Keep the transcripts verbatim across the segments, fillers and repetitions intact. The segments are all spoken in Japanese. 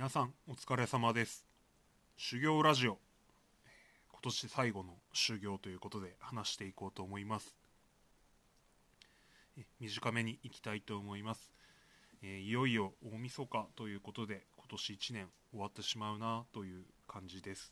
皆さんお疲れ様です。修行ラジオ、今年最後の修行ということで話していこうと思います。え短めにいきたいと思います。えいよいよ大晦日ということで今年いちねん終わってしまうなという感じです。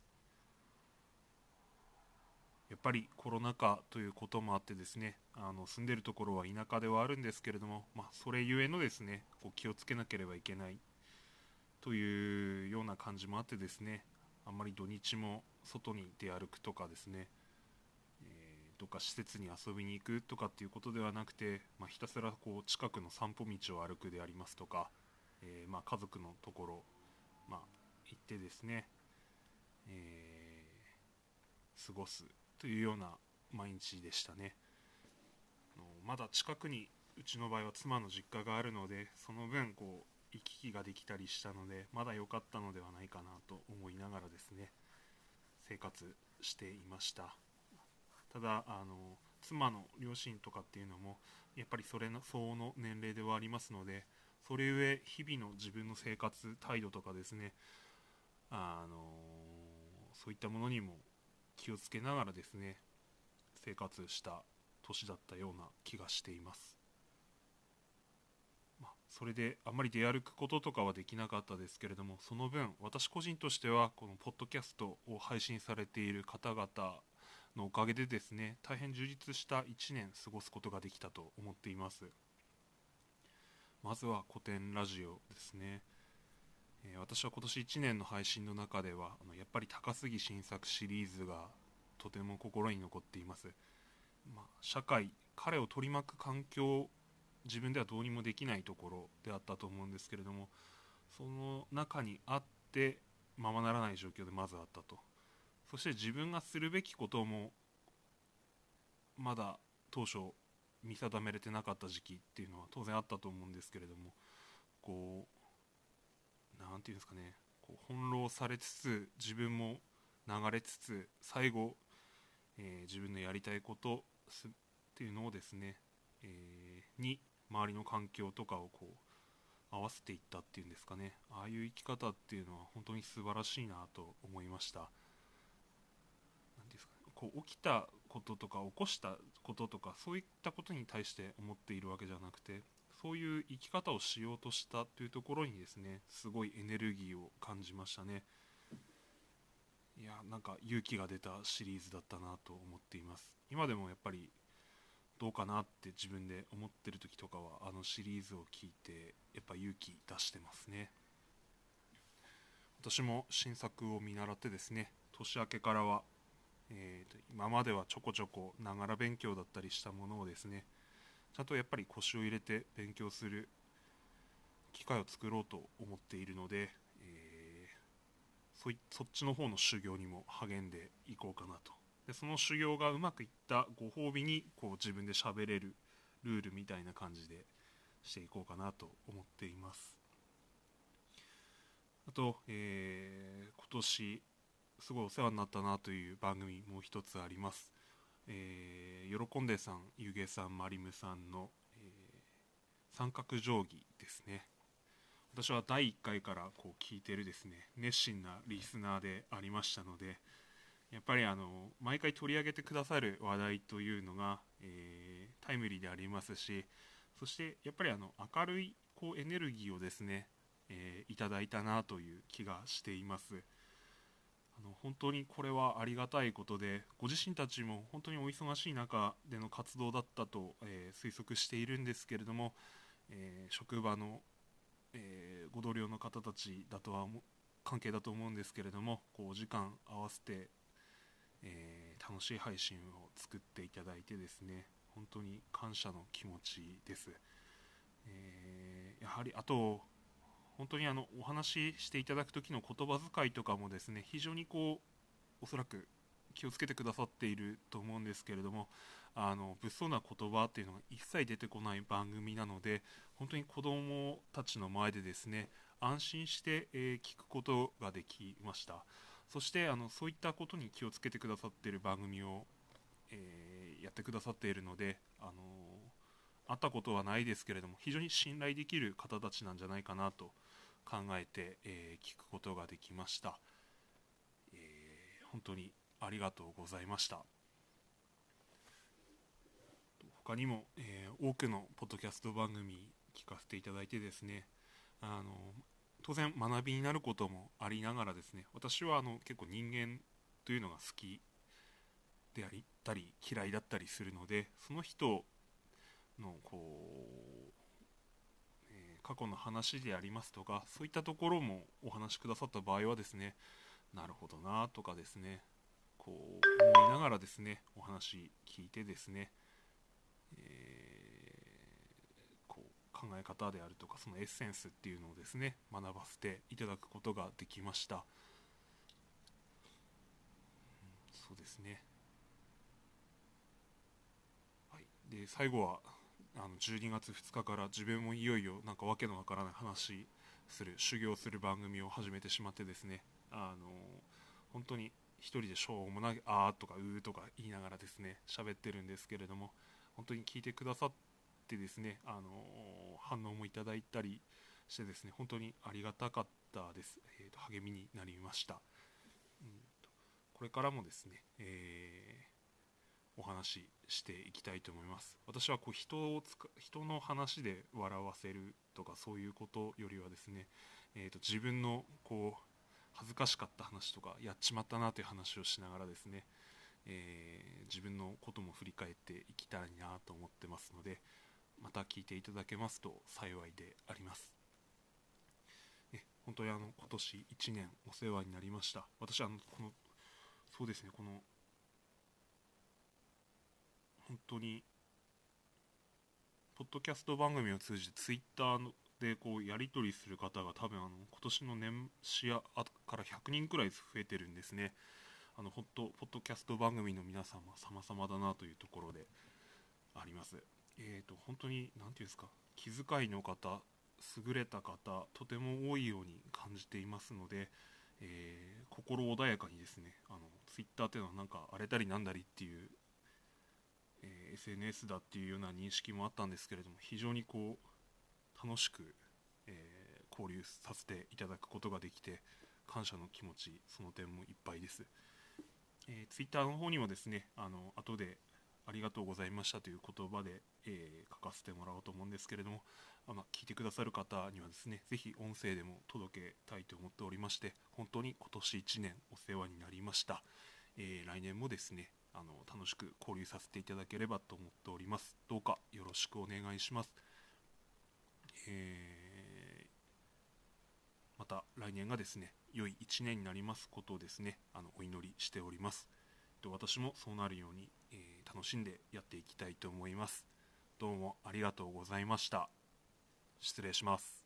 やっぱりコロナ禍ということもあってですね、あの住んでるところは田舎ではあるんですけれども、まあ、それゆえのですねこう気をつけなければいけないというような感じもあってですね、あんまり土日も外に出歩くとかですね、えー、どっか施設に遊びに行くとかっていうことではなくて、まあ、ひたすらこう近くの散歩道を歩くでありますとか、えーまあ、家族のところ、まあ、行ってですね、えー過ごすというような毎日でしたね。あのまだ近くにうちの場合は妻の実家があるので、その分こう行き来ができたりしたのでまだ良かったのではないかなと思いながらですね生活していました。ただあの妻の両親とかっていうのもやっぱりそれの相応の年齢ではありますので、それゆえ日々の自分の生活態度とかですね、あのそういったものにも気をつけながらですね生活した年だったような気がしています。まあ、それであまり出歩くこととかはできなかったですけれども、その分私個人としてはこのポッドキャストを配信されている方々のおかげでですね大変充実したいちねん過ごすことができたと思っています。まずは古典ラジオですね。えー私は今年いちねんの配信の中ではあのやっぱり高杉晋作シリーズがとても心に残っています。まあ、社会彼を取り巻く環境、自分ではどうにもできないところであったと思うんですけれども、その中にあってままならない状況でまずあったと。そして自分がするべきこともまだ当初見定めれてなかった時期っていうのは当然あったと思うんですけれども、こうなんていうんですかね、こう翻弄されつつ自分も流れつつ最後、えー自分のやりたいことすっていうのをですね、えーに周りの環境とかをこう合わせていったっていうんですかね、ああいう生き方っていうのは本当に素晴らしいなと思いました。なんですかね、こう起きたこととか起こしたこととかそういったことに対して思っているわけじゃなくて、そういう生き方をしようとしたというところにですねすごいエネルギーを感じましたね。いや、なんか勇気が出たシリーズだったなと思っています。今でもやっぱりどうかなって自分で思ってる時とかはあのシリーズを聞いてやっぱ勇気出してますね。私も新作を見習ってですね年明けからは、えーと今まではちょこちょこながら勉強だったりしたものをですねちゃんとやっぱり腰を入れて勉強する機会を作ろうと思っているので、えー、そいそっちの方の修行にも励んでいこうかなと。でその修行がうまくいったご褒美にこう自分で喋れるルールみたいな感じでしていこうかなと思っています。あと、えー今年すごいお世話になったなという番組もう一つあります。えー、喜んでさん、ゆげさん、まりむさんの、えー三角定規ですね。私はだいいっかいからこう聞いてるですね熱心なリスナーでありましたので、やっぱりあの毎回取り上げてくださる話題というのが、えータイムリーでありますし、そしてやっぱりあの明るいこうエネルギーをですね、えーいただいたなという気がしています。あの本当にこれはありがたいことで、ご自身たちも本当にお忙しい中での活動だったと、えー推測しているんですけれども、えー職場の、えーご同僚の方たちだとは思関係だと思うんですけれども、こうお時間合わせて、えー楽しい配信を作っていただいてですね本当に感謝の気持ちです。えーやはりあと本当にあのお話ししていただく時の言葉遣いとかもですね非常にこうおそらく気をつけてくださっていると思うんですけれども、あの物騒な言葉っていうのが一切出てこない番組なので、本当に子どもたちの前でですね安心して、えー聞くことができました。そしてあのそういったことに気をつけてくださっている番組を、えーやってくださっているので、あのー会ったことはないですけれども非常に信頼できる方たちなんじゃないかなと考えて、えー聞くことができました。えー本当にありがとうございました。他にも、えー多くのポッドキャスト番組聞かせていただいてですね、あの当然学びになることもありながらですね、私はあの結構人間というのが好きであったり嫌いだったりするので、その人のこう、えー過去の話でありますとか、そういったところもお話しくださった場合はですね、なるほどなとかですね、こう思いながらですね、お話聞いてですね、えーこう考え方であるとか、そのエッセンスっていうのをですね、学ばせていただくことができました。そうですね。はい、で最後はあのじゅうにがつふつかから自分もいよいよなんかわけのわからない話する修行する番組を始めてしまってですね、あの本当に一人でしょうもないあーとかうーとか言いながらですね喋ってるんですけれども、本当に聞いてくださってですね、あの反応もいただいたりしてですね、本当にありがたかったです。えーと励みになりました。うんとこれからもですね、えーお話ししていきたいと思います。私はこう人をつか人の話で笑わせるとかそういうことよりはですね、えーと自分のこう恥ずかしかった話とかやっちまったなという話をしながらですね、えー自分のことも振り返っていきたいなと思ってますので、また聞いていただけますと幸いであります。え本当にあの今年いちねんお世話になりました。私はあのこのそうですねこの本当にポッドキャスト番組を通じてツイッターでこうやり取りする方が多分あの今年の年始やからひゃくにんくらい増えてるんですね。あのほんとポッドキャスト番組の皆様様々だなというところであります。えーと本当に何ていうんですか、気遣いの方、優れた方とても多いように感じていますので、えー心穏やかにですね、あのツイッターっていうのはなんか荒れたりなんだりっていうえーエスエヌエス だっていうような認識もあったんですけれども、非常にこう楽しく、えー交流させていただくことができて感謝の気持ち、その点もいっぱいです。えー、Twitter の方にもですね、あの後でありがとうございましたという言葉で、えー書かせてもらおうと思うんですけれども、あまあ、聞いてくださる方にはですね、ぜひ音声でも届けたいと思っておりまして、本当に今年いちねんお世話になりました。えー来年もですね、あの楽しく交流させていただければと思っております。どうかよろしくお願いします。えーまた来年がですね、良いいちねんになりますことをですね、あのお祈りしております。私もそうなるように、えー楽しんでやっていきたいと思います。どうもありがとうございました。失礼します。